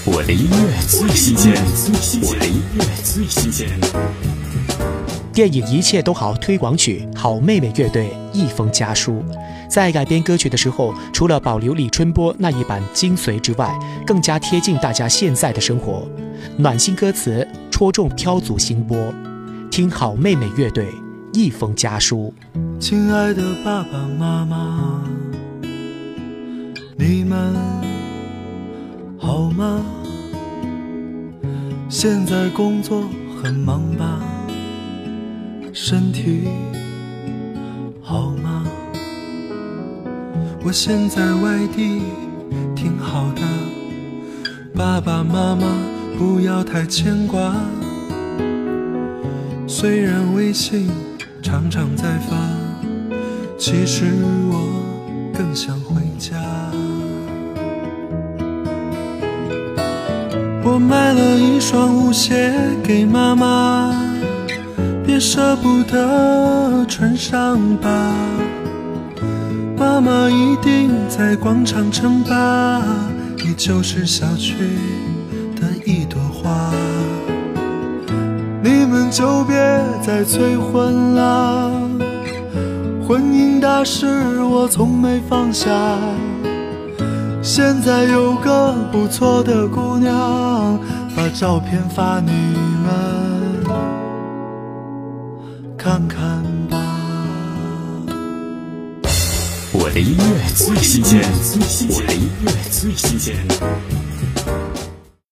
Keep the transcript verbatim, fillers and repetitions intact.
我的音乐最新鲜，我的音乐最新鲜。 电影《一切都好》推广曲好妹妹乐队一封家书，在改编歌曲的时候，除了保留李春波那一版精髓之外，更加贴近大家现在的生活，暖心歌词戳中飘族心波。听好妹妹乐队一封家书。 亲爱的爸爸妈妈，你们好吗？现在工作很忙吧？身体好吗？我现在外地挺好的，爸爸妈妈不要太牵挂。虽然微信常常在发，其实我更想回家。我买了一双舞鞋给妈妈，别舍不得穿上吧，妈妈一定在广场称霸，你就是小区的一朵花。你们就别再催婚了，婚姻大事我从没放下，现在有个不错的姑娘，把照片发你们看看吧。 我的音乐最新鲜，我的音乐最新鲜。